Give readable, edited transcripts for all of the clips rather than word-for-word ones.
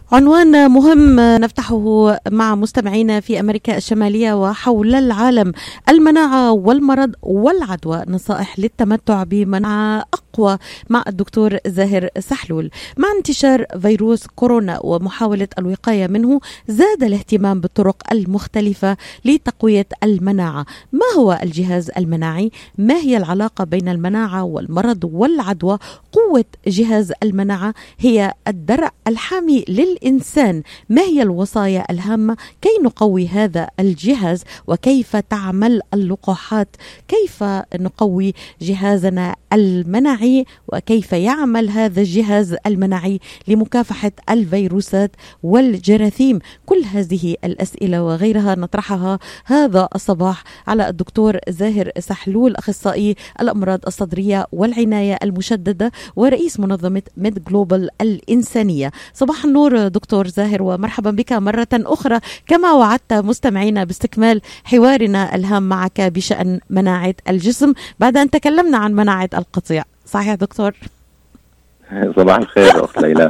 عنوان مهم نفتحه مع مستمعينا في أمريكا الشمالية وحول العالم: المناعة والمرض والعدوى، نصائح للتمتع بمناعة أقوى مع الدكتور زاهر سحلول. مع انتشار فيروس كورونا ومحاولة الوقاية منه، زاد الاهتمام بالطرق المختلفة لتقوية المناعة. ما هو الجهاز المناعي؟ ما هي العلاقة بين المناعة والمرض والعدوى؟ قوة جهاز المناعة هي الدرع الحامي للإنسان. ما هي الوصايا الهامة كي نقوي هذا الجهاز؟ وكيف تعمل اللقاحات؟ كيف نقوي جهازنا المناعي؟ وكيف يعمل هذا الجهاز المناعي لمكافحة الفيروسات والجراثيم؟ كل هذه الأسئلة وغيرها نطرحها هذا الصباح على الدكتور زاهر سحلول، أخصائي الأمراض الصدرية والعناية المشددة ورئيس منظمة ميد جلوبال الإنسانية. صباح النور دكتور زاهر، ومرحبا بك مرة أخرى. كما وعدت مستمعينا باستكمال حوارنا الهام معك بشأن مناعة الجسم بعد أن تكلمنا عن مناعة القطيع. صحيح دكتور؟ صباح الخير أخت ليلى.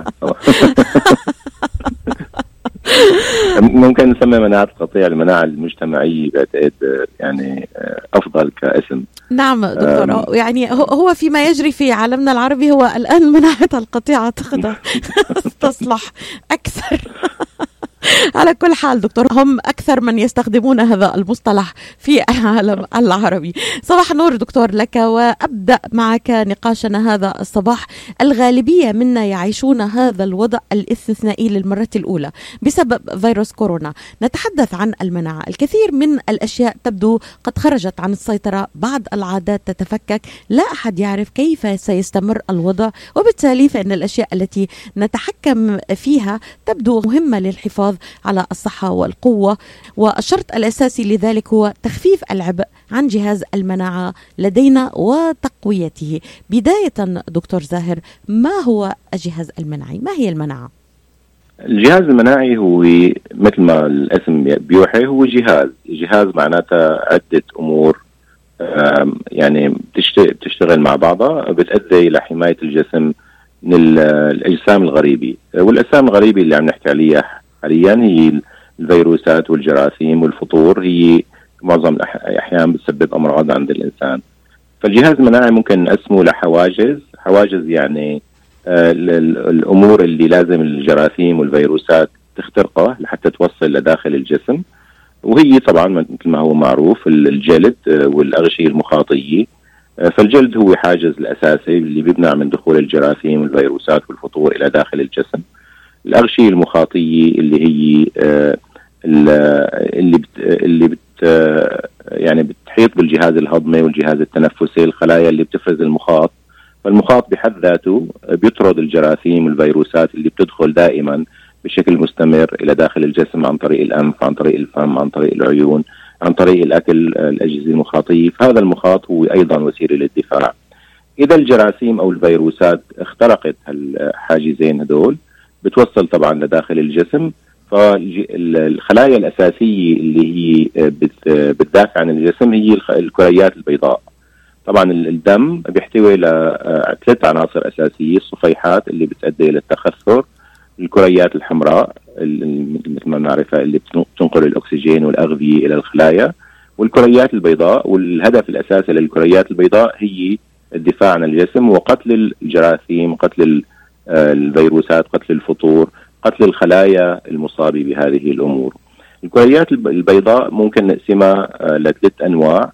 ممكن نسمي مناعة القطيع المناعة المجتمعية، بعتقد يعني أفضل كاسم. نعم دكتور، يعني هو فيما يجري في عالمنا العربي هو الآن مناعة القطيع أعتقد تصلح أكثر. على كل حال دكتور، هم أكثر من يستخدمون هذا المصطلح في العالم العربي. صباح النور دكتور لك، وأبدأ معك نقاشنا هذا الصباح. الغالبية منا يعيشون هذا الوضع الاستثنائي للمرة الأولى بسبب فيروس كورونا. نتحدث عن المناعة. الكثير من الأشياء تبدو قد خرجت عن السيطرة، بعض العادات تتفكك، لا أحد يعرف كيف سيستمر الوضع، وبالتالي فإن الأشياء التي نتحكم فيها تبدو مهمة للحفاظ على الصحة والقوة، والشرط الأساسي لذلك هو تخفيف العبء عن جهاز المناعة لدينا وتقويته. بداية دكتور زاهر، ما هو الجهاز المناعي؟ ما هي المناعة؟ الجهاز المناعي هو مثل ما الاسم بيوحي، هو جهاز معناتها عدة أمور يعني بتشتغل مع بعضها، بتأدي إلى حماية الجسم من الأجسام الغريبة. والأجسام الغريبة اللي عم نحكي عليها حاليا هي الفيروسات والجراثيم والفطور، هي معظم الأحيان بتسبب أمراض عند الإنسان. فالجهاز المناعي ممكن نقسمه لحواجز يعني الأمور اللي لازم الجراثيم والفيروسات تخترقها لحتى توصل لداخل الجسم، وهي طبعا مثل ما هو معروف الجلد والأغشية المخاطية. فالجلد هو حاجز الأساسي اللي بيمنع من دخول الجراثيم والفيروسات والفطور إلى داخل الجسم. الأغشية المخاطية اللي هي يعني بتحيط بالجهاز الهضمي والجهاز التنفسي، الخلايا اللي بتفرز المخاط. فالمخاط بحد ذاته بيطرد الجراثيم والفيروسات اللي بتدخل دائما بشكل مستمر إلى داخل الجسم عن طريق الأنف، عن طريق الفم، عن طريق العيون، عن طريق الأكل، الأجهزة المخاطية. فهذا المخاط هو أيضا وسيلة للدفاع. إذا الجراثيم أو الفيروسات اخترقت الحاجزين هدول بتوصل طبعا لداخل الجسم. فالخلايا الأساسية اللي هي بتدافع عن الجسم هي الكريات البيضاء. طبعا الدم بيحتوي على 3 عناصر أساسية: الصفيحات اللي بتؤدي إلى التخثر، الكريات الحمراء مثل ما نعرفها اللي بتنقل الأكسجين والأغذية إلى الخلايا، والكريات البيضاء. والهدف الأساسي للكريات البيضاء هي الدفاع عن الجسم وقتل الجراثيم، قتل الفيروسات، قتل الفطور، قتل الخلايا المصابة بهذه الأمور. الكريات البيضاء ممكن نقسمها ل3 أنواع.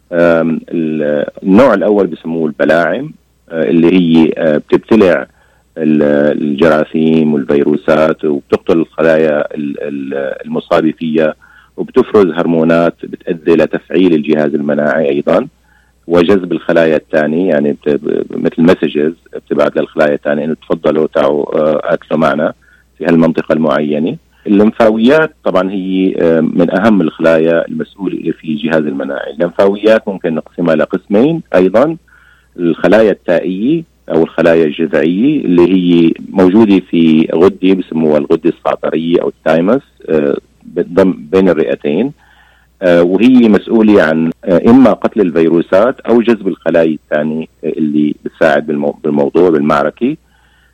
النوع الأول بسموه البلاعم، اللي هي بتبتلع الجراثيم والفيروسات وبتقتل الخلايا المصابة فيها، وبتفرز هرمونات بتؤدي لتفعيل الجهاز المناعي أيضا وجذب الخلايا الثانية، يعني مثل مسجز بتبعت للخلايا الثانية إنه تفضلوا تعوا أكلوا معنا في هالمنطقة المعينة. الليمفاويات طبعا هي من أهم الخلايا المسؤولة في الجهاز المناعي. الليمفاويات ممكن نقسمها لقسمين أيضا: الخلايا التائية أو الخلايا الجذعية اللي هي موجودة في غدة بسموها الغدة الصعترية أو الثايمس بين الرئتين، وهي مسؤولة عن إما قتل الفيروسات أو جذب الخلايا الثانية اللي بتساعد بالموضوع بالمعركة.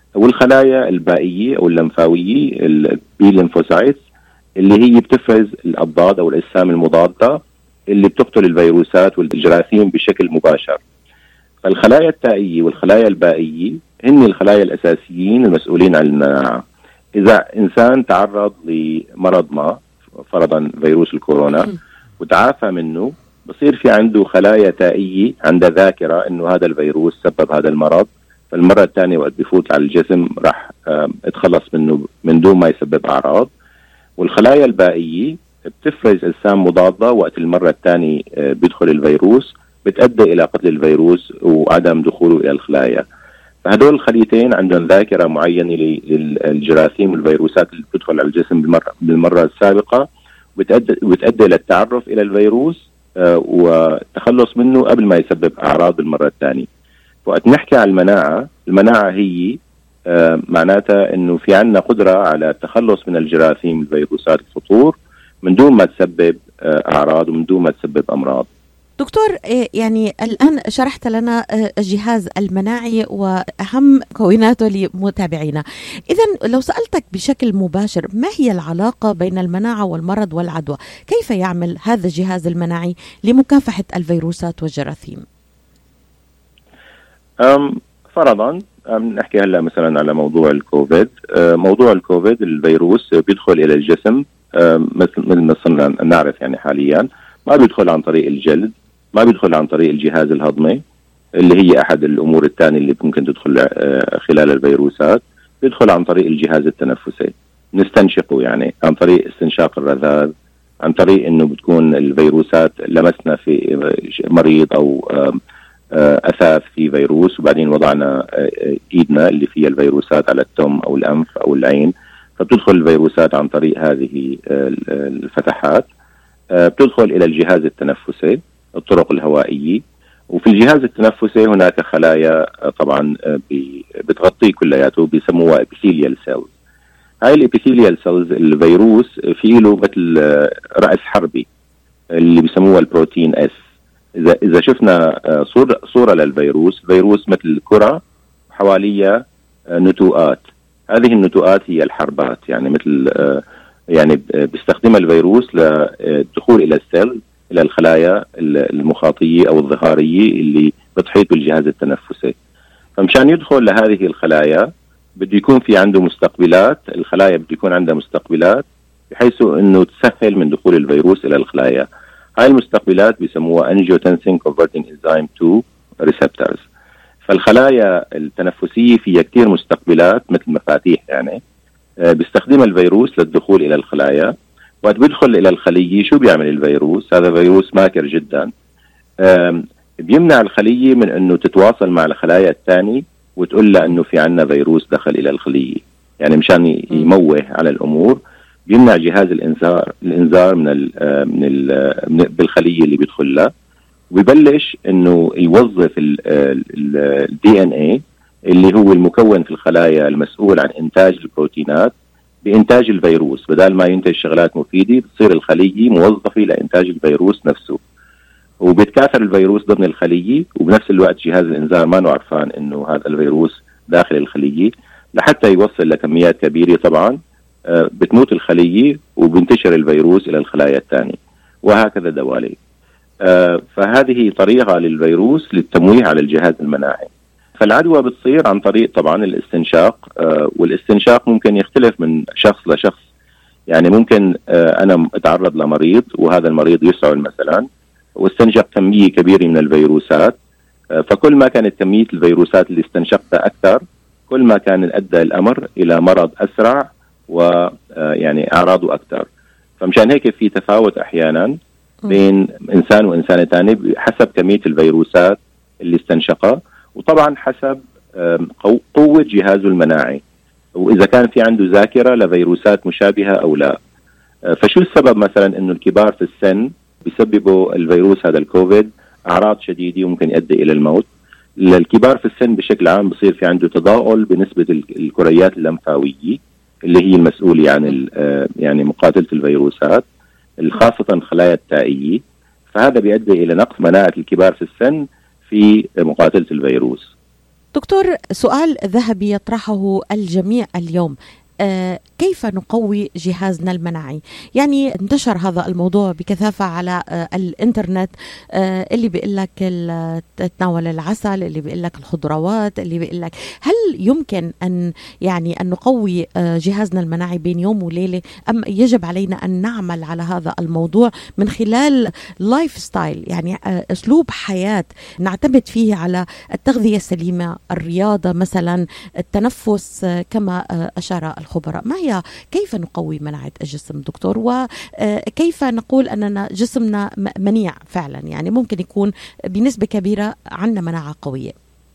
والخلايا البائية أو اللمفاوية البي ليمفوسايتس اللي هي بتفرز الأضداد أو الأجسام المضادة اللي بتقتل الفيروسات والجراثيم بشكل مباشر. فالخلايا التائية والخلايا البائية هن الخلايا الأساسيين المسؤولين عن المناعة. إذا إنسان تعرض لمرض ما، فرضا فيروس الكورونا، وتعافى منه، بصير في عنده خلايا تائية عندها ذاكرة إنه هذا الفيروس سبب هذا المرض، فالمرة الثانية وقت بيفوت على الجسم راح اتخلص منه من دون ما يسبب أعراض. والخلايا البائية بتفرز أجسام مضادة وقت المرة الثانية بيدخل الفيروس، بتؤدي إلى قتل الفيروس وعدم دخوله إلى الخلايا. فهدول الخليتين عندهم ذاكرة معينة للجراثيم والفيروسات اللي بتدخل على الجسم بالمرة السابقة، وبتؤدي إلى التعرف إلى الفيروس والتخلص منه قبل ما يسبب أعراض بالمرة الثانية. وقت نحكي عن المناعة هي معناتها إنه في عنا قدرة على التخلص من الجراثيم والفيروسات الخطور من دون ما تسبب أعراض ومن دون ما تسبب أمراض. دكتور، يعني الآن شرحت لنا الجهاز المناعي وأهم مكوناته لمتابعينا. إذن لو سألتك بشكل مباشر، ما هي العلاقة بين المناعة والمرض والعدوى؟ كيف يعمل هذا الجهاز المناعي لمكافحة الفيروسات والجراثيم؟ فرضا نحكي هلا مثلا على موضوع الكوفيد. موضوع الكوفيد، الفيروس بيدخل إلى الجسم مثل ما صرنا نعرف يعني حاليا، ما بيدخل عن طريق الجلد، ما بيدخل عن طريق الجهاز الهضمي اللي هي أحد الأمور الثانية اللي ممكن تدخل خلال الفيروسات. بيدخل عن طريق الجهاز التنفسي، نستنشقه يعني عن طريق استنشاق الرذاذ، عن طريق إنه بتكون الفيروسات لمسنا في مريض أو أثاث في فيروس وبعدين وضعنا إيدنا اللي فيها الفيروسات على التم أو الأنف أو العين، فبتدخل الفيروسات عن طريق هذه الفتحات. بتدخل إلى الجهاز التنفسي، الطرق الهوائية. وفي الجهاز التنفسي هناك خلايا طبعا بتغطيه كلياته، بيسموها epithelial cells. هاي الابيثيليال سيلز الفيروس فيه له مثل رأس حربي اللي بيسموها البروتين اس. إذا شفنا صورة للفيروس، فيروس مثل كرة حواليها نتوءات، هذه النتوءات هي الحربات، يعني مثل يعني بيستخدمها الفيروس للدخول إلى السيل، إلى الخلايا المخاطية أو الظهارية اللي بتحيط بالجهاز التنفسي. فمشان يدخل لهذه الخلايا بده يكون في عنده مستقبلات، الخلايا بده يكون عندها مستقبلات بحيث أنه تسهل من دخول الفيروس إلى الخلايا. هاي المستقبلات بيسموها angiotensin converting enzyme 2 receptors. فالخلايا التنفسية فيها كتير مستقبلات مثل مفاتيح، يعني بيستخدمها الفيروس للدخول إلى الخلايا. وقت بيدخل إلى الخلية شو بيعمل الفيروس؟ هذا فيروس ماكر جدا، بيمنع الخلية من أنه تتواصل مع الخلايا الثانية وتقول لها أنه في عنا فيروس دخل إلى الخلية، يعني مشان يموه على الأمور بيمنع جهاز الإنذار بالخلية اللي بيدخل لها، وبيبلش أنه يوظف ال DNA اللي هو المكون في الخلايا المسؤول عن إنتاج البروتينات بإنتاج الفيروس. بدل ما ينتج شغلات مفيدة بتصير الخلية موظفة لإنتاج الفيروس نفسه، وبيتكاثر الفيروس ضمن الخلية، وبنفس الوقت جهاز الإنذار ما نعرفان إنه هذا الفيروس داخل الخلية لحتى يوصل لكميات كبيرة. طبعا بتموت الخلية وبينتشر الفيروس إلى الخلايا الثانية، وهكذا دوالي. فهذه طريقة للفيروس للتمويه على الجهاز المناعي. فالعدوى بتصير عن طريق طبعا الاستنشاق، والاستنشاق ممكن يختلف من شخص لشخص. يعني ممكن أنا أتعرض لمريض وهذا المريض يسعل مثلا واستنشق كمية كبيرة من الفيروسات، فكل ما كانت كمية الفيروسات اللي استنشقتها أكثر كل ما كان أدى الأمر إلى مرض أسرع ويعني أعراضه أكثر. فمشان هيك في تفاوت أحيانا بين إنسان وإنسان ثاني حسب كمية الفيروسات اللي استنشقها، وطبعا حسب قوة جهازه المناعي، وإذا كان في عنده ذاكرة لفيروسات مشابهة أو لا. فشو السبب مثلا إنه الكبار في السن بيسببوا الفيروس هذا الكوفيد أعراض شديدة وممكن يؤدي إلى الموت؟ الكبار في السن بشكل عام بصير في عنده تضاؤل بنسبة الكريات اللمفاوية اللي هي المسؤولة عن يعني مقاتلة الفيروسات، خاصة الخلايا التائية. فهذا بيؤدي إلى نقص مناعة الكبار في السن في مقاتلة الفيروس. دكتور، سؤال ذهبي يطرحه الجميع اليوم، كيف نقوي جهازنا المناعي؟ يعني انتشر هذا الموضوع بكثافة على الانترنت، اللي بيقول لك تتناول العسل، اللي بيقول لك الخضروات، اللي بيقول لك. هل يمكن أن نقوي جهازنا المناعي بين يوم وليلة، أم يجب علينا أن نعمل على هذا الموضوع من خلال لايف ستايل، يعني أسلوب حياة نعتمد فيه على التغذية السليمة، الرياضة مثلا، التنفس كما أشار الخبراء؟ ما هي كيف نقوي مناعة الجسم دكتور، وكيف نقول أننا جسمنا منيع فعلا؟ يعني ممكن يكون بنسبة كبيرة عندنا مناعة قوية.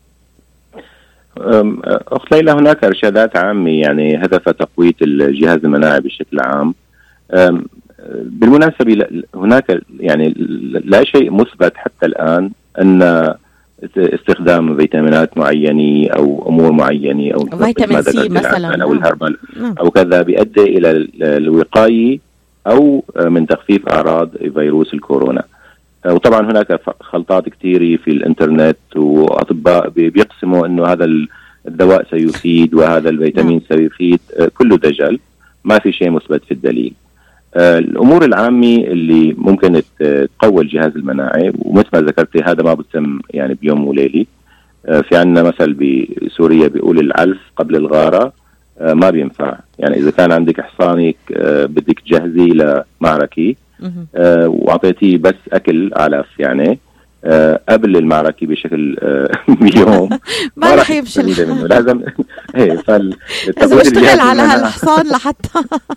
أخت ليلى، هناك إرشادات عامة يعني هدف تقوية الجهاز المناعي بشكل عام. بالمناسبة هناك يعني لا شيء مثبت حتى الآن أن استخدام فيتامينات معينة أو أمور معينة أو فيتامين سي مثلا أو الهربل أو كذا بيؤدي إلى الوقاية أو من تخفيف أعراض فيروس الكورونا. وطبعا هناك خلطات كثيرة في الإنترنت، وأطباء بيقسموا أنه هذا الدواء سيفيد وهذا الفيتامين سيفيد، كله دجل، ما في شيء مثبت في الدليل. الأمور العامة اللي ممكن تقوي الجهاز المناعي، ومثل ما ذكرتي هذا ما بتم يعني بيوم وليلة. في عندنا مثل بسوريا بيقول العلف قبل الغارة، ما بينفع. يعني إذا كان عندك حصانك بدك تجهزي لمعركة وعطيتيه بس أكل علف يعني قبل المعركة بشكل بيوم ما راح يمشي منه. لازم لازم اشتغل على هالحصان لحتى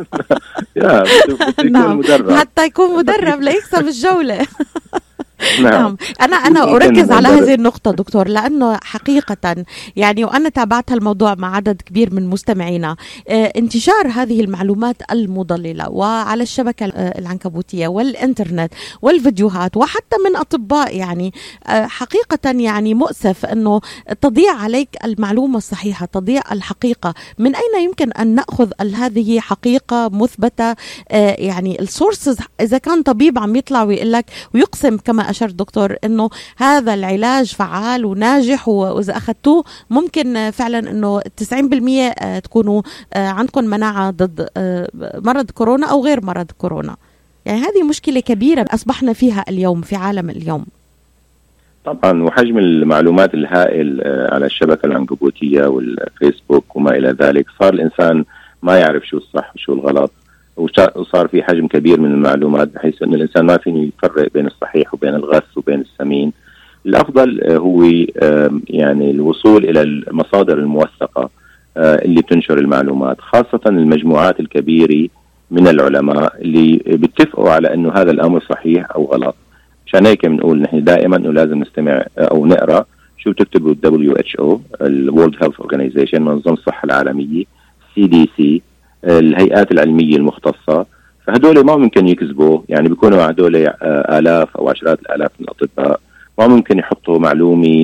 حتى يكون مدرب ليكسب الجولة. نعم. أنا أركز على هذه النقطة دكتور، لأنه حقيقة يعني وأنا تابعت الموضوع مع عدد كبير من مستمعينا، انتشار هذه المعلومات المضللة وعلى الشبكة العنكبوتية والإنترنت والفيديوهات وحتى من أطباء، يعني حقيقة يعني مؤسف أنه تضيع عليك المعلومة الصحيحة، تضيع الحقيقة. من أين يمكن أن نأخذ هذه حقيقة مثبتة؟ يعني السورسز، إذا كان طبيب عم يطلع ويقول لك ويقسم كما أشار دكتور أنه هذا العلاج فعال وناجح، وإذا أخذتوه ممكن فعلا أنه 90% تكونوا عندكم مناعة ضد مرض كورونا أو غير مرض كورونا. يعني هذه مشكلة كبيرة أصبحنا فيها اليوم في عالم اليوم. طبعا، وحجم المعلومات الهائل على الشبكة العنكبوتية والفيسبوك وما إلى ذلك، صار الإنسان ما يعرف شو الصح وشو الغلط، وصار في حجم كبير من المعلومات بحيث أن الإنسان ما فيني يفرق بين الصحيح وبين الغث وبين السمين. الأفضل هو يعني الوصول إلى المصادر الموثقة اللي بتنشر المعلومات، خاصة المجموعات الكبيرة من العلماء اللي بيتفقوا على أنه هذا الأمر صحيح أو غلط. عشان هيك بنقول نحن دائما أنه لازم نستمع أو نقرأ شو بتكتبوا WHO، World Health Organization، منظمة الصحة العالمية، CDC، الهيئات العلمية المختصة. فهدول ما ممكن يكذبوا، يعني بيكونوا هدول آلاف أو عشرات الآلاف من الأطباء، ما ممكن يحطوا معلومة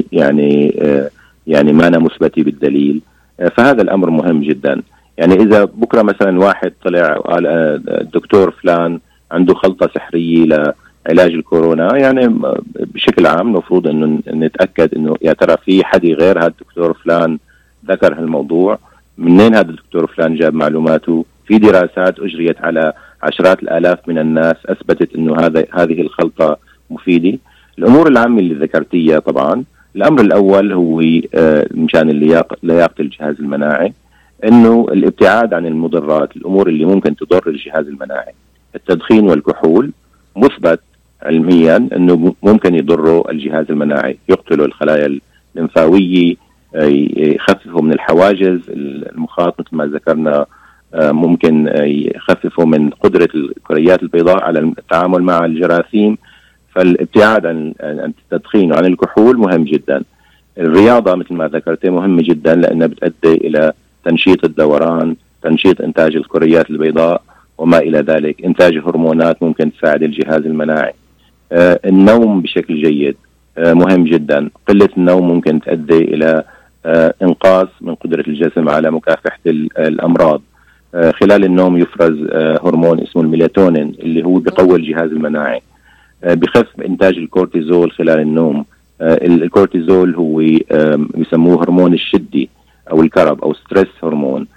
يعني ما أنا مثبتة بالدليل. فهذا الأمر مهم جدا. يعني إذا بكرة مثلا واحد طلع وقال الدكتور فلان عنده خلطة سحرية لعلاج الكورونا، يعني بشكل عام المفروض إنه نتأكد إنه يا ترى في حد غير هذا الدكتور فلان ذكر هالموضوع، منين هذا الدكتور فلان جاب معلوماته. في دراسات أجريت على عشرات الآلاف من الناس أثبتت إنه هذه الخلطة مفيدة. الأمور العامة اللي ذكرتيها، طبعا الأمر الأول هو مشان لياقة الجهاز المناعي، إنه الابتعاد عن المضرات، الأمور اللي ممكن تضر الجهاز المناعي. التدخين والكحول مثبت علميا إنه ممكن يضروا الجهاز المناعي، يقتلوا الخلايا الليمفاوية، يخففوا من الحواجز المخاط مثل ما ذكرنا، ممكن يخففوا من قدرة الكريات البيضاء على التعامل مع الجراثيم. فالابتعاد عن التدخين وعن الكحول مهم جدا. الرياضة مثل ما ذكرت مهمة جدا، لأنها بتؤدي إلى تنشيط الدوران، تنشيط إنتاج الكريات البيضاء وما إلى ذلك، إنتاج هرمونات ممكن تساعد الجهاز المناعي. النوم بشكل جيد مهم جدا. قلة النوم ممكن تؤدي إلى إنقاص من قدرة الجسم على مكافحة الأمراض. خلال النوم يفرز هرمون اسمه الميلاتونين اللي هو بيقوي الجهاز المناعي، بخف إنتاج الكورتيزول خلال النوم الكورتيزول هو يسموه هرمون الشدي أو الكرب أو ستريس هرمون.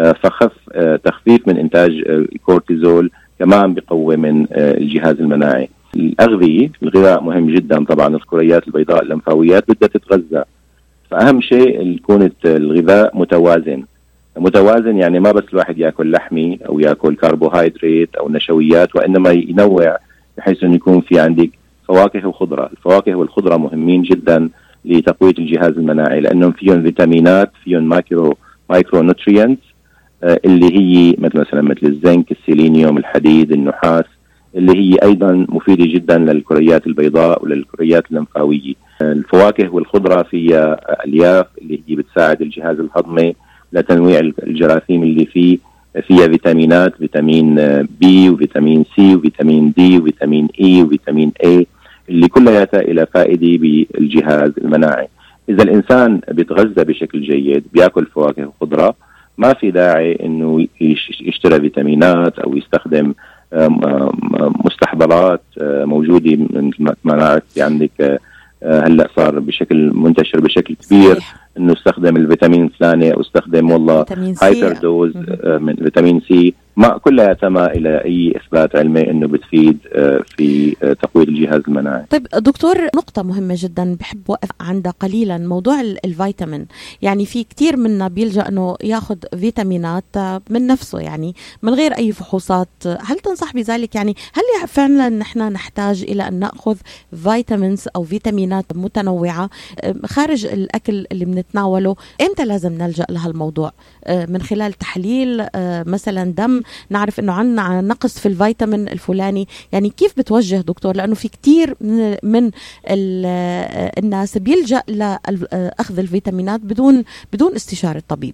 تخفيف من إنتاج الكورتيزول كمان بقوي من الجهاز المناعي. الأغذية، الغذاء مهم جدا طبعا. الكريات البيضاء اللمفاويات بدها تتغذى، فأهم شيء يكون الغذاء متوازن. يعني ما بس الواحد يأكل لحمي أو يأكل كربوهيدرات أو نشويات، وإنما ينوع بحيث أن يكون في عندك فواكه وخضرة. الفواكه والخضرة مهمين جدا لتقوية الجهاز المناعي، لأنهم فيهم فيتامينات، فيهم مايكرو نوترينتس اللي هي مثل الزنك، السيلينيوم، الحديد، النحاس، اللي هي أيضا مفيدة جدا للكريات البيضاء وللكريات اللمفاوية. الفواكه والخضرة فيها ألياف اللي هي بتساعد الجهاز الهضمي لتنويع الجراثيم اللي فيها فيتامينات، فيتامين بي وفيتامين سي وفيتامين دي وفيتامين اي وفيتامين اي، اللي كلها إلى فائدة بالجهاز المناعي. إذا الإنسان بيتغذى بشكل جيد، بيأكل فواكه وخضرة، ما في داعي إنه يشتري فيتامينات أو يستخدم مستحضرات موجودة. مثل ما نعرف عندك هلا صار بشكل منتشر بشكل كبير انه استخدم الفيتامين الفلاني او استخدم والله هايبر دوز من فيتامين سي. ما كلها يتم الى اي اثبات علمي انه بتفيد في تقوية الجهاز المناعي. طيب دكتور، نقطة مهمة جدا بحب وقف عندها قليلا، موضوع الفيتامين. يعني في كتير منا بيلجأ انه ياخذ فيتامينات من نفسه، يعني من غير اي فحوصات. هل تنصح بذلك؟ يعني هل فعلا نحن نحتاج الى ان ناخذ فيتامينز او فيتامينات متنوعة خارج الاكل اللي بنتناوله؟ امتى لازم نلجأ لهالموضوع؟ من خلال تحليل مثلا دم نعرف انه عندنا نقص في الفيتامين الفلاني؟ يعني كيف بتوجه دكتور؟ لانه في كتير من الناس بيلجأ لاخذ الفيتامينات بدون استشارة طبيب.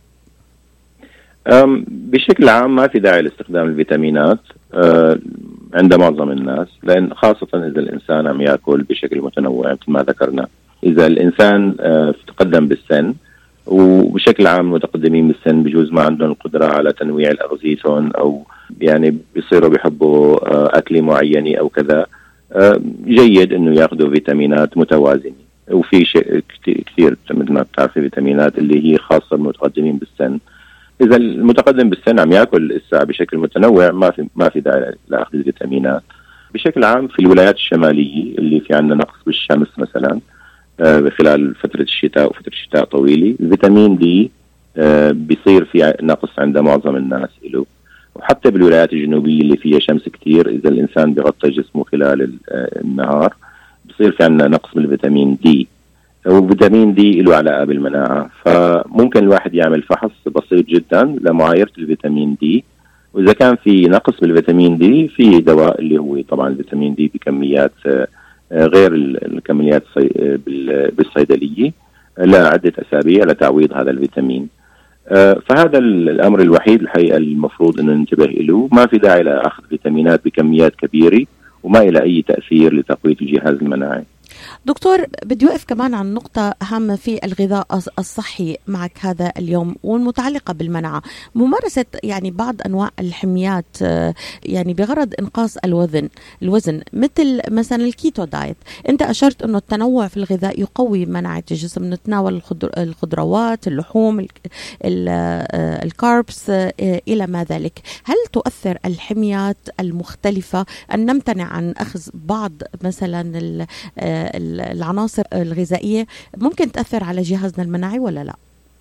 بشكل عام ما في داعي لاستخدام الفيتامينات عند معظم الناس، لان خاصة اذا الانسان عم ياكل بشكل متنوع مثل ما ذكرنا. اذا الانسان تقدم بالسن، وبشكل عام متقدمين بالسن بجوز ما عندهم القدرة على تنويع الأغذيتهم، أو يعني بيصيروا بيحبوا أكل معين أو كذا، جيد إنه يأخذوا فيتامينات متوازنة. وفي شيء كثير مثل ما بتعرفي فيتامينات اللي هي خاصة بالمتقدمين بالسن. إذا المتقدم بالسن عم يأكل الساعة بشكل متنوع، ما في داعي لأخذ الفيتامينات. بشكل عام في الولايات الشمالية اللي في عندنا نقص بالشمس مثلا خلال فترة الشتاء وفترة الشتاء طويلة، الفيتامين دي بيصير في نقص عند معظم الناس له. وحتى بالولايات الجنوبية اللي فيها شمس كتير، إذا الإنسان بيغطي جسمه خلال النهار بيصير في عندنا نقص بالفيتامين دي. وفيتامين دي له علاقة بالمناعة، فممكن الواحد يعمل فحص بسيط جدا لمعايرة الفيتامين دي، وإذا كان في نقص بالفيتامين دي في دواء اللي هو طبعا الفيتامين دي بكميات غير الكميات بالصيدلية لعدة أسابيع لتعويض هذا الفيتامين. فهذا الأمر الوحيد الحقيقة المفروض أن ننتبه له. ما في داعي لأخذ فيتامينات بكميات كبيرة وما إلى أي تأثير لتقوية الجهاز المناعي. دكتور، بدي أقف كمان عن نقطة هامة في الغذاء الصحي معك هذا اليوم والمتعلقة بالمناعة. ممارسة يعني بعض أنواع الحميات يعني بغرض إنقاص الوزن مثل مثلا الكيتو دايت. أنت أشرت أنه التنوع في الغذاء يقوي مناعة الجسم، نتناول الخضروات، اللحوم، الكاربس إلى ما ذلك. هل تؤثر الحميات المختلفة أن نمتنع عن أخذ بعض مثلا العناصر الغذائية ممكن تأثر على جهازنا المناعي ولا لا؟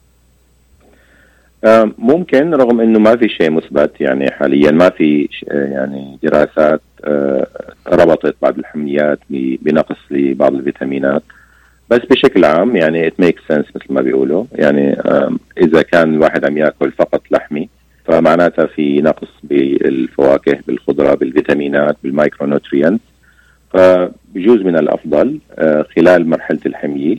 ممكن، رغم انه ما في شيء مثبت. يعني حاليا ما في يعني دراسات ربطت بعض الحميات بنقص لبعض الفيتامينات، بس بشكل عام يعني it makes sense مثل ما بيقولوا. يعني اذا كان الواحد عم ياكل فقط لحمي فمعناتها في نقص بالفواكه، بالخضرة، بالفيتامينات، بالمايكرو نوترينت. فبجوز من الأفضل خلال مرحلة الحمية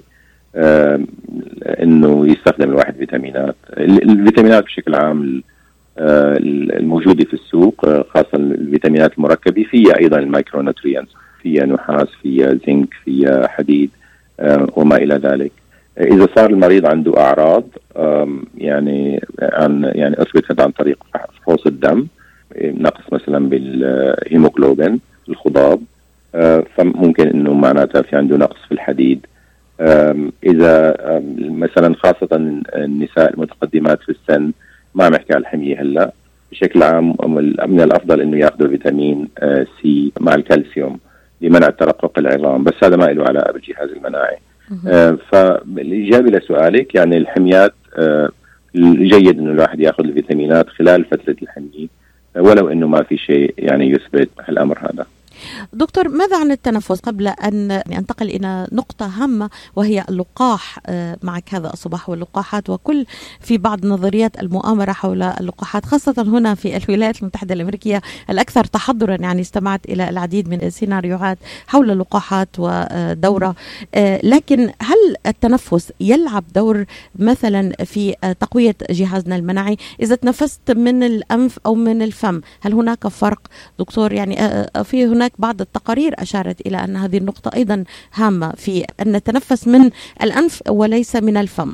إنه يستخدم الواحد فيتامينات. الفيتامينات بشكل عام الموجودة في السوق، خاصة الفيتامينات المركبة، فيها أيضا المايكرو نوترينتس، فيها نحاس، فيها زنك، فيها حديد وما إلى ذلك. إذا صار المريض عنده أعراض يعني أثبتت عن طريق فحوص الدم، نقص مثلا بالهيموغلوبين، الخضاب، فممكن انه معناتها في عنده نقص في الحديد. اذا مثلا خاصه النساء المتقدمات في السن، ما عم نحكي على الحميه هلا، بشكل عام من الافضل انه ياخذوا فيتامين سي مع الكالسيوم لمنع ترقق العظام، بس هذا ما له علاقه بالجهاز المناعي. فالاجابه لسؤالك يعني الحميات جيد انه الواحد ياخذ الفيتامينات خلال فتره الحميه، ولو انه ما في شيء يعني يثبت الامر هذا. دكتور، ماذا عن التنفس قبل أن ننتقل إلى نقطة هامة وهي اللقاح؟ معك هذا الصباح واللقاحات، وكل في بعض نظريات المؤامرة حول اللقاحات، خاصة هنا في الولايات المتحدة الأمريكية الأكثر تحضرا. يعني استمعت إلى العديد من السيناريوهات حول اللقاحات ودورة، لكن هل التنفس يلعب دور مثلا في تقوية جهازنا المناعي؟ إذا تنفست من الأنف أو من الفم، هل هناك فرق دكتور؟ يعني في هناك بعض التقارير أشارت إلى أن هذه النقطة أيضا هامة، في أن نتنفس من الأنف وليس من الفم.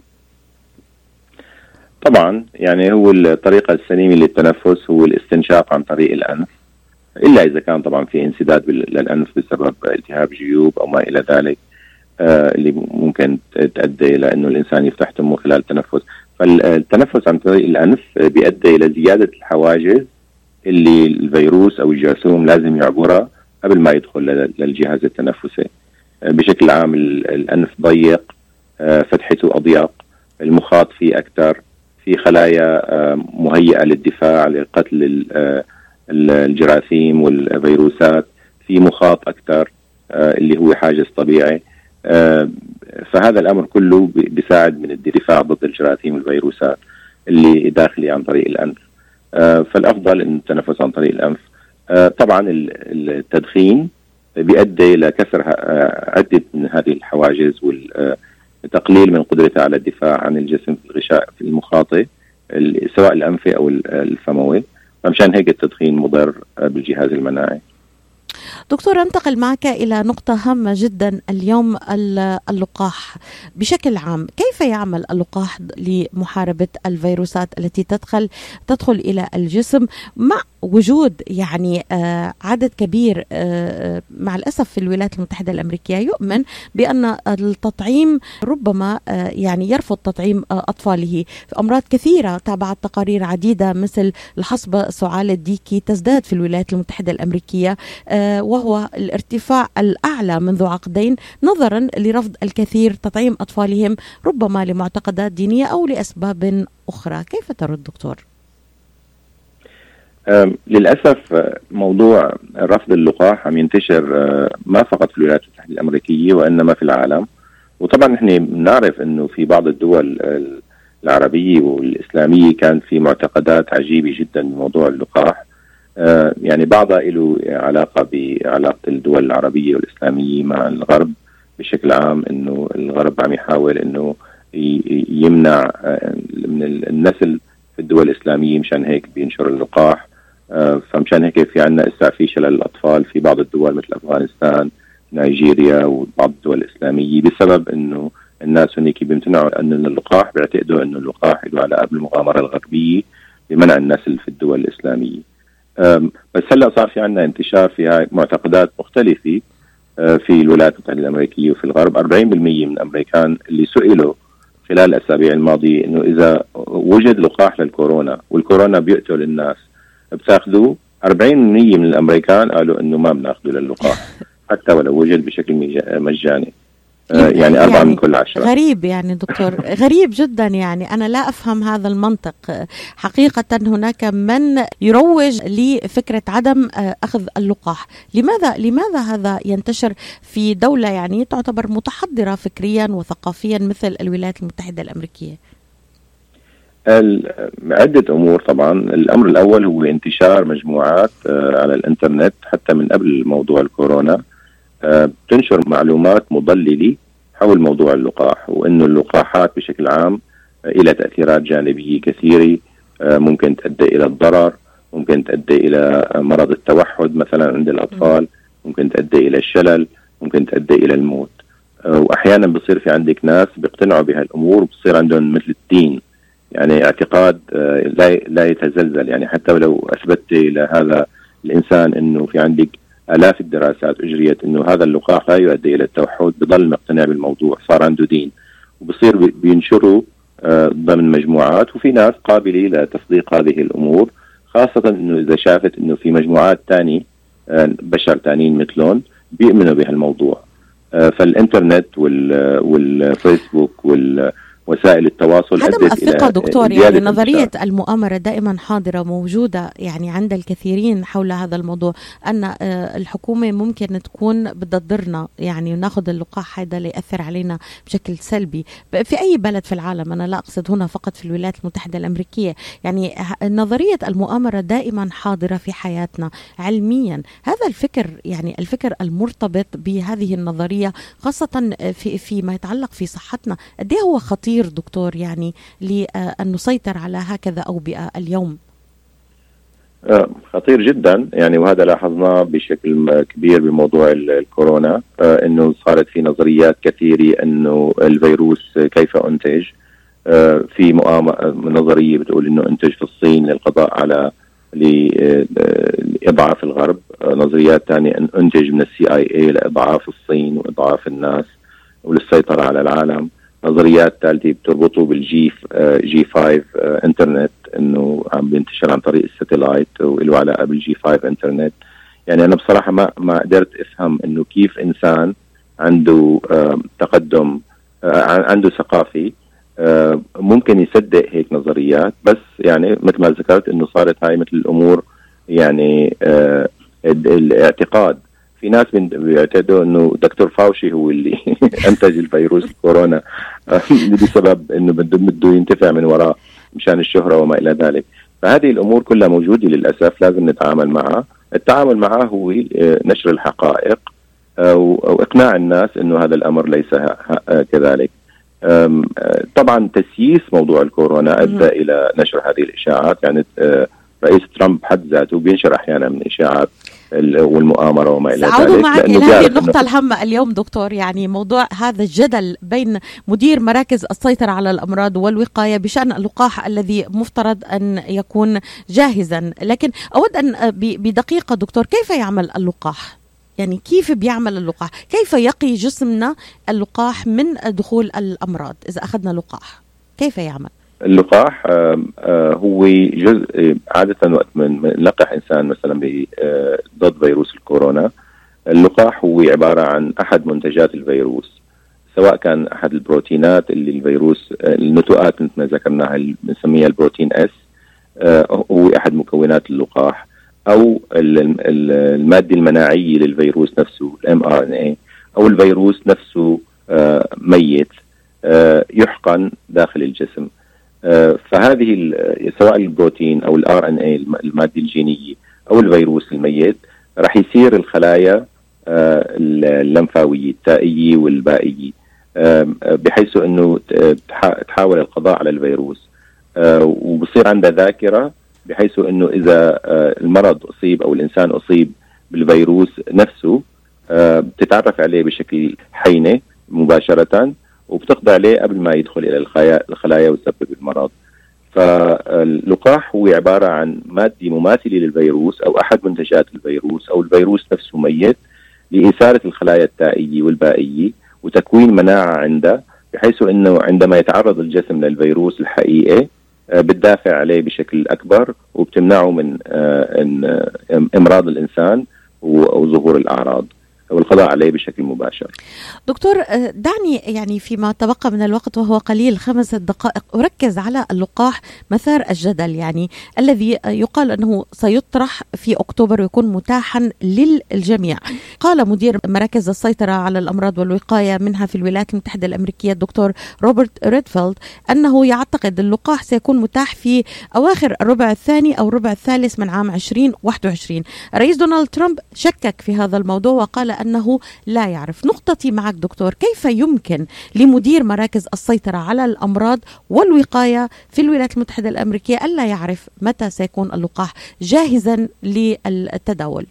طبعا يعني هو الطريقة السليمة للتنفس هو الاستنشاق عن طريق الأنف، إلا إذا كان طبعا في انسداد للأنف بسبب التهاب جيوب أو ما إلى ذلك، اللي ممكن تؤدي إلى أنه الإنسان يفتح تمه خلال التنفس. فالتنفس عن طريق الأنف بيؤدي إلى زيادة الحواجز اللي الفيروس أو الجرثوم لازم يعبرها قبل ما يدخل للجهاز التنفسي. بشكل عام الأنف ضيق، فتحته أضيق، المخاط فيه أكثر، في خلايا مهيئة للدفاع لقتل الجراثيم والفيروسات، في مخاط أكثر اللي هو حاجز طبيعي. فهذا الأمر كله بيساعد من الدفاع ضد الجراثيم والفيروسات اللي داخلي عن طريق الأنف. فالأفضل أن التنفس عن طريق الأنف. طبعا التدخين بيؤدي إلى كسر عدة من هذه الحواجز والتقليل من قدرتها على الدفاع عن الجسم في الغشاء في المخاطي سواء الأنفي أو الفموي، فمشان هيك التدخين مضر بالجهاز المناعي. دكتور، انتقل معك إلى نقطة هامة جدا اليوم، اللقاح بشكل عام. كيف يعمل اللقاح لمحاربة الفيروسات التي تدخل إلى الجسم مع وجود يعني عدد كبير مع الأسف في الولايات المتحدة الأمريكية يؤمن بأن التطعيم ربما يعني يرفض تطعيم أطفاله في أمراض كثيرة؟ تابعت تقارير عديدة مثل الحصبة سعال الديكي تزداد في الولايات المتحدة الأمريكية، وهو الارتفاع الأعلى منذ عقدين نظرا لرفض الكثير تطعيم أطفالهم، ربما لمعتقدات دينية أو لأسباب أخرى. كيف ترد دكتور؟ للأسف موضوع رفض اللقاح عم ينتشر ما فقط في الولايات المتحدة الأمريكية وإنما في العالم. وطبعا نحن بنعرف أنه في بعض الدول العربية والإسلامية كان في معتقدات عجيبة جدا بموضوع اللقاح، يعني بعضها له علاقة بعلاقة الدول العربية والإسلامية مع الغرب بشكل عام، أنه الغرب عم يحاول أنه يمنع من النسل في الدول الإسلامية، مشان هيك بينشر اللقاح. فمشان هيك في عنا استعفاء شلل الأطفال في بعض الدول مثل أفغانستان، نيجيريا وبعض الدول الإسلامية، بسبب أنه الناس هناك بيمتنعوا أن اللقاح، بيعتقدوا أنه اللقاح له علاقة بالمغامرة الغربية بمنع النسل في الدول الإسلامية. بس هلأ صار في عنا انتشار في هاي معتقدات مختلفة في الولايات المتحدة الأمريكية وفي الغرب. 40% من الأمريكان اللي سئلوا خلال الأسابيع الماضية إنه إذا وجد لقاح للكورونا والكورونا بيقتل الناس بتاخذوه، 40% من الأمريكان قالوا إنه ما بناخذه للقاح حتى ولو وجد بشكل مجاني. يعني 4 من كل 10. غريب يعني دكتور، غريب جدا. يعني أنا لا أفهم هذا المنطق حقيقة. هناك من يروج لفكرة عدم أخذ اللقاح. لماذا هذا ينتشر في دولة يعني تعتبر متحضرة فكريا وثقافيا مثل الولايات المتحدة الأمريكية؟ عدة أمور. طبعا الأمر الأول هو انتشار مجموعات على الإنترنت حتى من قبل موضوع الكورونا، بتنشر معلومات مضللة حول موضوع اللقاح، وإنه اللقاحات بشكل عام إلى تأثيرات جانبية كثيرة، ممكن تؤدي إلى الضرر، ممكن تؤدي إلى مرض التوحد مثلا عند الأطفال، ممكن تؤدي إلى الشلل، ممكن تؤدي إلى الموت. وأحيانا بصير في عندك ناس بيقتنعوا بهالأمور وبصير عندهم مثل الدين، يعني اعتقاد لا يتزلزل. يعني حتى ولو أثبتت لهذا الإنسان إنه في عندك آلاف الدراسات أجريت إنه هذا اللقاح لا يؤدي إلى التوحد، بضل مقتنع بالموضوع، صار عنده دين، وبصير بينشروا ضمن مجموعات، وفي ناس قابلة لتصديق هذه الأمور، خاصة إنه إذا شافت إنه في مجموعات تانية بشر تانيين مثلهم بيؤمنوا بهالموضوع. فالإنترنت والفيسبوك وسائل التواصل عدم الثقة دكتور، يعني نظرية المؤامرة دائما حاضرة موجودة يعني عند الكثيرين حول هذا الموضوع، أن الحكومة ممكن تكون بدها تضرنا، يعني ناخذ اللقاح هذا ليأثر علينا بشكل سلبي في أي بلد في العالم. أنا لا أقصد هنا فقط في الولايات المتحدة الأمريكية، يعني نظرية المؤامرة دائما حاضرة في حياتنا علميا. هذا الفكر، يعني الفكر المرتبط بهذه النظرية خاصة فيما يتعلق في صحتنا، قد ايه هو خطير دكتور يعني لأن نسيطر على هكذا أوبئة اليوم؟ خطير جدا يعني، وهذا لاحظناه بشكل كبير بموضوع الكورونا، انه صارت في نظريات كثيرة انه الفيروس كيف انتج. في نظرية بتقول انه انتج في الصين للقضاء على لإضعاف الغرب، نظريات ثانية ان انتج من CIA لإضعاف الصين وإضعاف الناس وللسيطرة على العالم. نظريات ثالثة بتربطه بالجي 5 انترنت، انه عم بينتشر عن طريق الساتلايت وله علاقة بالجي 5 انترنت. يعني انا بصراحة ما قدرت افهم انه كيف انسان عنده تقدم، عنده ثقافي، ممكن يصدق هيك نظريات. بس يعني مثل ما ذكرت انه صارت هاي مثل الامور، يعني الاعتقاد. في ناس بيعتقدوا انه دكتور فاوشي هو اللي انتج الفيروس الكورونا بسبب انه بده ينتفع من وراء مشان الشهرة وما الى ذلك. فهذه الامور كلها موجودة للاسف، لازم نتعامل معها. التعامل معها هو نشر الحقائق واقناع الناس انه هذا الامر ليس كذلك. طبعا تسييس موضوع الكورونا ادى الى نشر هذه الاشاعات. يعني رئيس ترامب حد ذاته بينشر احيانا من اشاعات والمؤامرة وما إلى ذلك. سأعود معك إلى هذه النقطة الهامة اليوم دكتور، يعني موضوع هذا الجدل بين مدير مراكز السيطرة على الأمراض والوقاية بشأن اللقاح الذي مفترض أن يكون جاهزا. لكن أود أن بدقيقة دكتور، كيف يعمل اللقاح؟ يعني كيف بيعمل اللقاح؟ كيف يقي جسمنا اللقاح من دخول الأمراض إذا أخذنا لقاح؟ كيف يعمل؟ اللقاح هو جزء عادة وقت من لقح إنسان مثلا ضد فيروس الكورونا. اللقاح هو عبارة عن أحد منتجات الفيروس، سواء كان أحد البروتينات اللي الفيروس، النتوءات مثل ما ذكرناها اللي بنسميها البروتين S، هو أحد مكونات اللقاح، أو المادة المناعية للفيروس نفسه mRNA، أو الفيروس نفسه ميت يحقن داخل الجسم. فهذه سواء البروتين أو الRNA المادة الجينية أو الفيروس الميت راح يصير الخلايا اللمفاوية التائية والبائية، بحيث أنه تحاول القضاء على الفيروس، وبصير عندها ذاكرة، بحيث أنه إذا المرض أصيب أو الإنسان أصيب بالفيروس نفسه بتتعرف عليه بشكل حينة مباشرة، وبتقضي عليه قبل ما يدخل إلى الخلايا ويسبب المرض. فاللقاح هو عبارة عن مادة مماثلة للفيروس أو أحد منتجات الفيروس أو الفيروس نفسه ميت، لإثارة الخلايا التائية والبائية وتكوين مناعة عنده، بحيث أنه عندما يتعرض الجسم للفيروس الحقيقي بتدافع عليه بشكل أكبر وبتمنعه من إمراض الإنسان وظهور الأعراض والقضاء عليه بشكل مباشر. دكتور، دعني يعني فيما تبقى من الوقت وهو قليل 5 دقائق أركز على اللقاح مثار الجدل، يعني الذي يقال أنه سيطرح في أكتوبر ويكون متاحا للجميع. قال مدير مراكز السيطرة على الأمراض والوقاية منها في الولايات المتحدة الأمريكية الدكتور روبرت ريدفيلد أنه يعتقد اللقاح سيكون متاح في أواخر الربع الثاني أو الربع الثالث من عام 2021. الرئيس دونالد ترامب شكك في هذا الموضوع وقال أنه لا يعرف. نقطتي معك دكتور، كيف يمكن لمدير مراكز السيطرة على الأمراض والوقاية في الولايات المتحدة الأمريكية ألا يعرف متى سيكون اللقاح جاهزا للتداول؟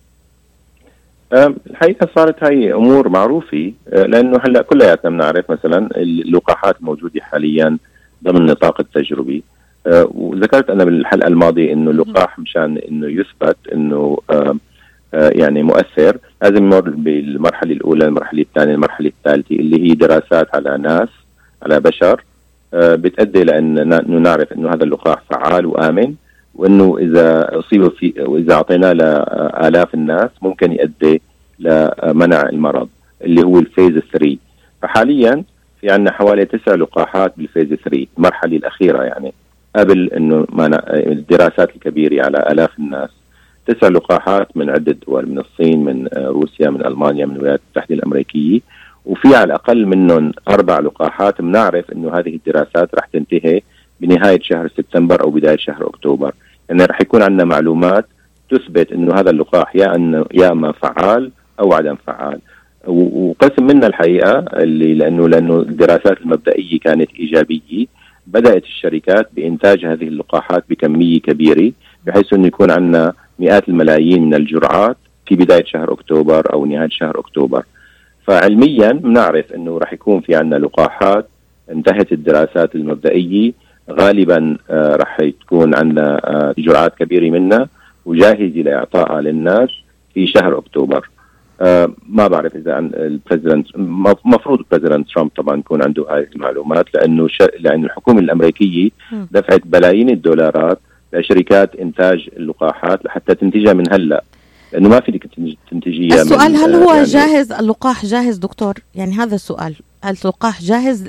الحقيقة صارت هاي أمور معروفة، لأنه هلأ كلياتنا بنعرف مثلا اللقاحات الموجودة حاليا ضمن نطاق التجربي. وذكرت أنا بالحلقة الماضية إنه اللقاح مشان إنه يثبت إنه يعني مؤثر، لازم يمر بالمرحلة الأولى، المرحلة الثانية، المرحلة الثالثة، اللي هي دراسات على ناس، على بشر، بتؤدي لأنه نعرف أنه هذا اللقاح فعال وآمن، وأنه إذا أصيبوا فيه وإذا أعطيناه لآلاف الناس ممكن يؤدي لمنع المرض اللي هو الفيز 3. فحاليا في عندنا حوالي 9 لقاحات بالفيز 3، المرحلة الأخيرة يعني قبل أنه الدراسات الكبيرة على آلاف الناس. 9 لقاحات من عدة دول، من الصين، من روسيا، من ألمانيا، من الولايات المتحدة الأمريكية، وفي على الأقل منهم 4 لقاحات بنعرف أنه هذه الدراسات رح تنتهي بنهاية شهر سبتمبر أو بداية شهر أكتوبر. يعني رح يكون عندنا معلومات تثبت أنه هذا اللقاح يا أما فعال أو عدم فعال. وقسم منا الحقيقة اللي لأنه الدراسات المبدئية كانت إيجابية، بدأت الشركات بإنتاج هذه اللقاحات بكمية كبيرة، بحيث أنه يكون عندنا مئات الملايين من الجرعات في بداية شهر أكتوبر أو نهاية شهر أكتوبر. فعلميا بنعرف أنه رح يكون في عندنا لقاحات انتهت الدراسات المبدئية، غالبا رح تكون عندنا جرعات كبيرة منها وجاهزة لإعطائها للناس في شهر أكتوبر. ما بعرف إذا البريزيدنت، مفروض البريزيدنت ترامب طبعا يكون عنده هاي المعلومات، لأن الحكومة الأمريكية دفعت بلايين الدولارات لشركات إنتاج اللقاحات لحتى تنتجها من هلأ، لأنه ما فيك تنتجيها. السؤال هل هو يعني جاهز؟ اللقاح جاهز دكتور؟ يعني هذا السؤال، هل اللقاح جاهز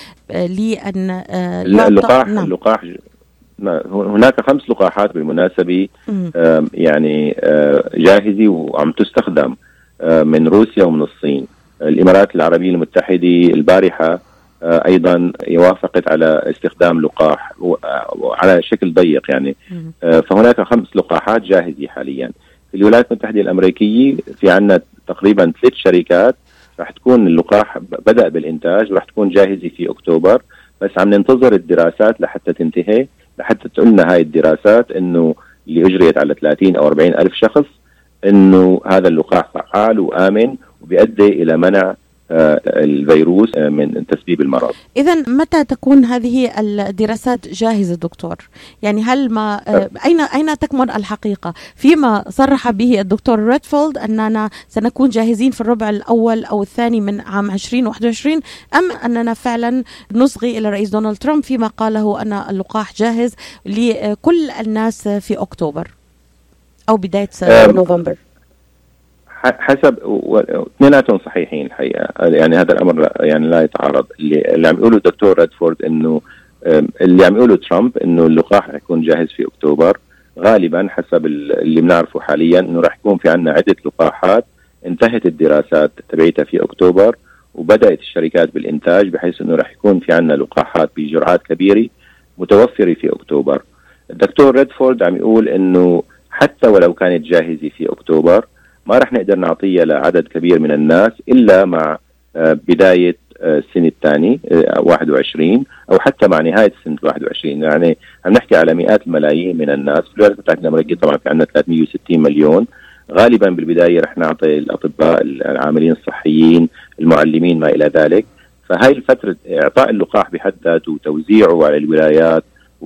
لأن اللقاح نعم. اللقاح هناك 5 لقاحات بالمناسبة يعني جاهزة وعم تستخدم من روسيا ومن الصين. الإمارات العربية المتحدة البارحة أيضا وافقت على استخدام لقاح على شكل ضيق يعني. فهناك 5 لقاحات جاهزة حاليا. في الولايات المتحدة الأمريكية في عنا تقريبا 3 شركات رح تكون اللقاح بدأ بالإنتاج ورح تكون جاهزة في أكتوبر، بس عم ننتظر الدراسات لحتى تنتهي، لحتى تقولنا هاي الدراسات إنه اللي أجريت على 30 أو 40 ألف شخص إنه هذا اللقاح فعال وآمن وبيؤدي إلى منع الفيروس من تسبيب المرض. إذن متى تكون هذه الدراسات جاهزة دكتور؟ يعني هل ما أين تكمن الحقيقة؟ فيما صرح به الدكتور ريدفيلد أننا سنكون جاهزين في الربع الأول أو الثاني من عام 2021، أم أننا فعلا نصغي إلى الرئيس دونالد ترامب فيما قاله أن اللقاح جاهز لكل الناس في أكتوبر أو بداية نوفمبر؟ حسب اثنيناتهم صحيحين الحقيقة، يعني هذا الأمر يعني لا يتعارض. اللي عم يقوله الدكتور ريدفورد إنه اللي عم يقوله ترامب إنه اللقاح رح يكون جاهز في أكتوبر، غالبا حسب اللي بنعرفه حاليا إنه رح يكون في عنا عدة لقاحات انتهت الدراسات تبعيتها في أكتوبر وبدأت الشركات بالإنتاج، بحيث إنه رح يكون في عنا لقاحات بجرعات كبيرة متوفرة في أكتوبر. الدكتور ريدفورد عم يقول إنه حتى ولو كانت جاهزة في أكتوبر ما رح نقدر نعطيها لعدد كبير من الناس إلا مع بداية السنة الثانية 21 أو حتى مع نهاية سنة 21. يعني عم نحكي على مئات الملايين من الناس. في الولايات المتحدة الأمريكية طبعا في عندنا 360 مليون. غالبا بالبداية رح نعطي الأطباء، العاملين الصحيين، المعلمين، ما إلى ذلك. فهاي الفترة إعطاء اللقاح بحد ذاته وتوزيعه على الولايات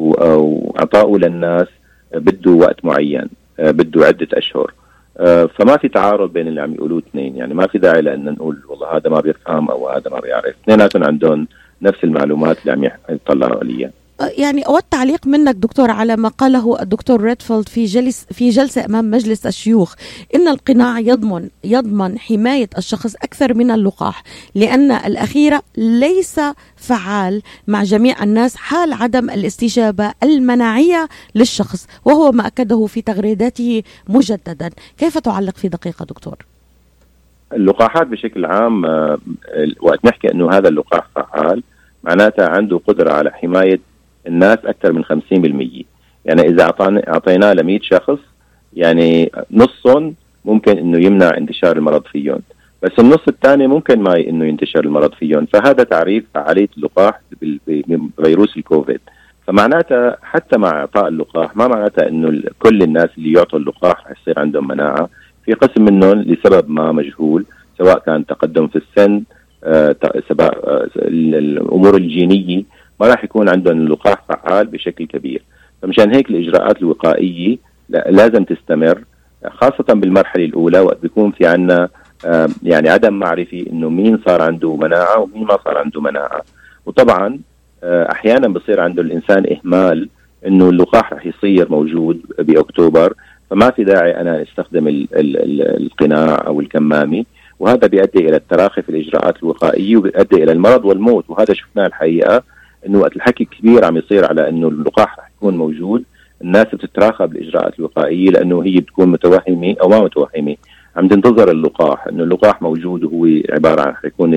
وإعطائه للناس بده وقت معين، بده عدة أشهر. فما في تعارض بين اللي عم يقولوه اثنين، يعني ما في داعي لأن نقول والله هذا ما بيفهم أو هذا ما بيعرف. اثنيناتهم عندهم نفس المعلومات اللي عم يطلعوا عليها. يعني أود تعليق منك دكتور على ما قاله الدكتور ريدفيلد في جلسة أمام مجلس الشيوخ، إن القناع يضمن حماية الشخص أكثر من اللقاح، لأن الأخير ليس فعال مع جميع الناس حال عدم الاستجابة المناعية للشخص، وهو ما أكده في تغريداته مجددا. كيف تعلق في دقيقة دكتور؟ اللقاحات بشكل عام وقت نحكي أنه هذا اللقاح فعال معناتها عنده قدرة على حماية الناس أكثر من 50%. يعني إذا أعطيناه ل100 شخص، يعني نصهم ممكن إنه يمنع انتشار المرض فيهم، بس النص الثاني ممكن ما إنه ينتشر المرض فيهم. فهذا تعريف فعالية اللقاح بفيروس الكوفيد. فمعناتها حتى مع إعطاء اللقاح ما معناتها إنه كل الناس اللي يعطوا اللقاح يصير عندهم مناعة. في قسم منهم لسبب ما مجهول، سواء كان تقدم في السن، الأمور الجينية، ما راح يكون عندهم اللقاح فعال بشكل كبير. فمشان هيك الإجراءات الوقائية لازم تستمر خاصة بالمرحلة الأولى وقت بيكون في عنا يعني عدم معرفة إنه مين صار عنده مناعة ومين ما صار عنده مناعة. وطبعا أحيانا بصير عنده الإنسان إهمال إنه اللقاح رح يصير موجود بأكتوبر، فما في داعي أنا استخدم القناع أو الكمامة، وهذا بيؤدي إلى التراخي في الإجراءات الوقائية وبيؤدي إلى المرض والموت. وهذا شفناه الحقيقة، إنه وقت الحكي كبير عم يصير على إنه اللقاح رح يكون موجود، الناس بتتراخى بالإجراءات الوقائية لأنه هي بتكون متوهمة أو ما متوهمة، عم تنتظر اللقاح، إنه اللقاح موجود وهو عبارة عن رح يكون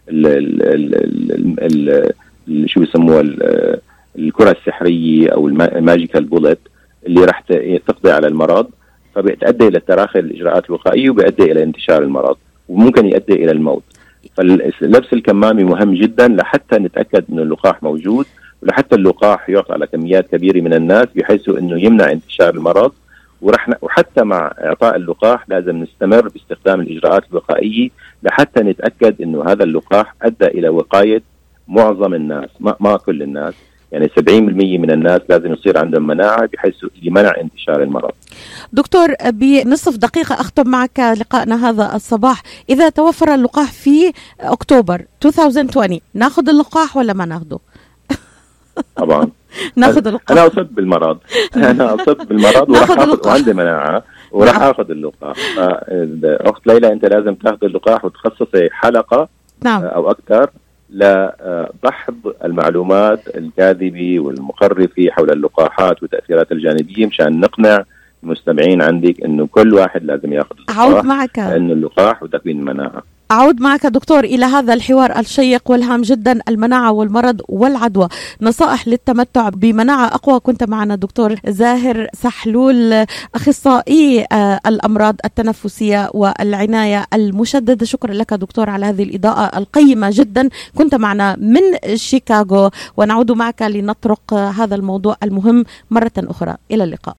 شو بيسموها الكرة السحرية أو الماجيكال بولت اللي رح تقضي على المرض، فبتؤدي إلى التراخي الإجراءات الوقائية وبيؤدي إلى انتشار المرض وممكن يؤدي إلى الموت. فلبس الكمامة مهم جدا لحتى نتأكد إنه اللقاح موجود، ولحتى اللقاح يعطى على كميات كبيرة من الناس بحيث إنه يمنع انتشار المرض. وحتى مع إعطاء اللقاح لازم نستمر باستخدام الإجراءات الوقائية لحتى نتأكد إنه هذا اللقاح أدى إلى وقاية معظم الناس، ما كل الناس، يعني 70% من الناس لازم يصير عندهم مناعة بحيث يمنع انتشار المرض. دكتور، بنصف دقيقة أختم معك لقائنا هذا الصباح. إذا توفر اللقاح في أكتوبر 2020 ناخذ اللقاح ولا ما ناخذه؟ طبعا ناخذ اللقاح. أنا أصب بالمرض وراح أخذ وعندي مناعة وراح أخذ اللقاح. أخت ليلى، أنت لازم تاخذ اللقاح وتخصصي حلقة أو أكثر لدحض المعلومات الكاذبة والمخرفة حول اللقاحات وتأثيرات الجانبية مشان نقنع المستمعين عندك إنه كل واحد لازم ياخذ اللقاح، لأنه اللقاح وتكوين المناعة. أعود معك دكتور إلى هذا الحوار الشيق والهام جدا، المناعة والمرض والعدوى، نصائح للتمتع بمناعة أقوى. كنت معنا دكتور زاهر سحلول، أخصائي الأمراض التنفسية والعناية المشددة. شكرا لك دكتور على هذه الإضاءة القيمة جدا. كنت معنا من شيكاغو، ونعود معك لنطرق هذا الموضوع المهم مرة أخرى. إلى اللقاء.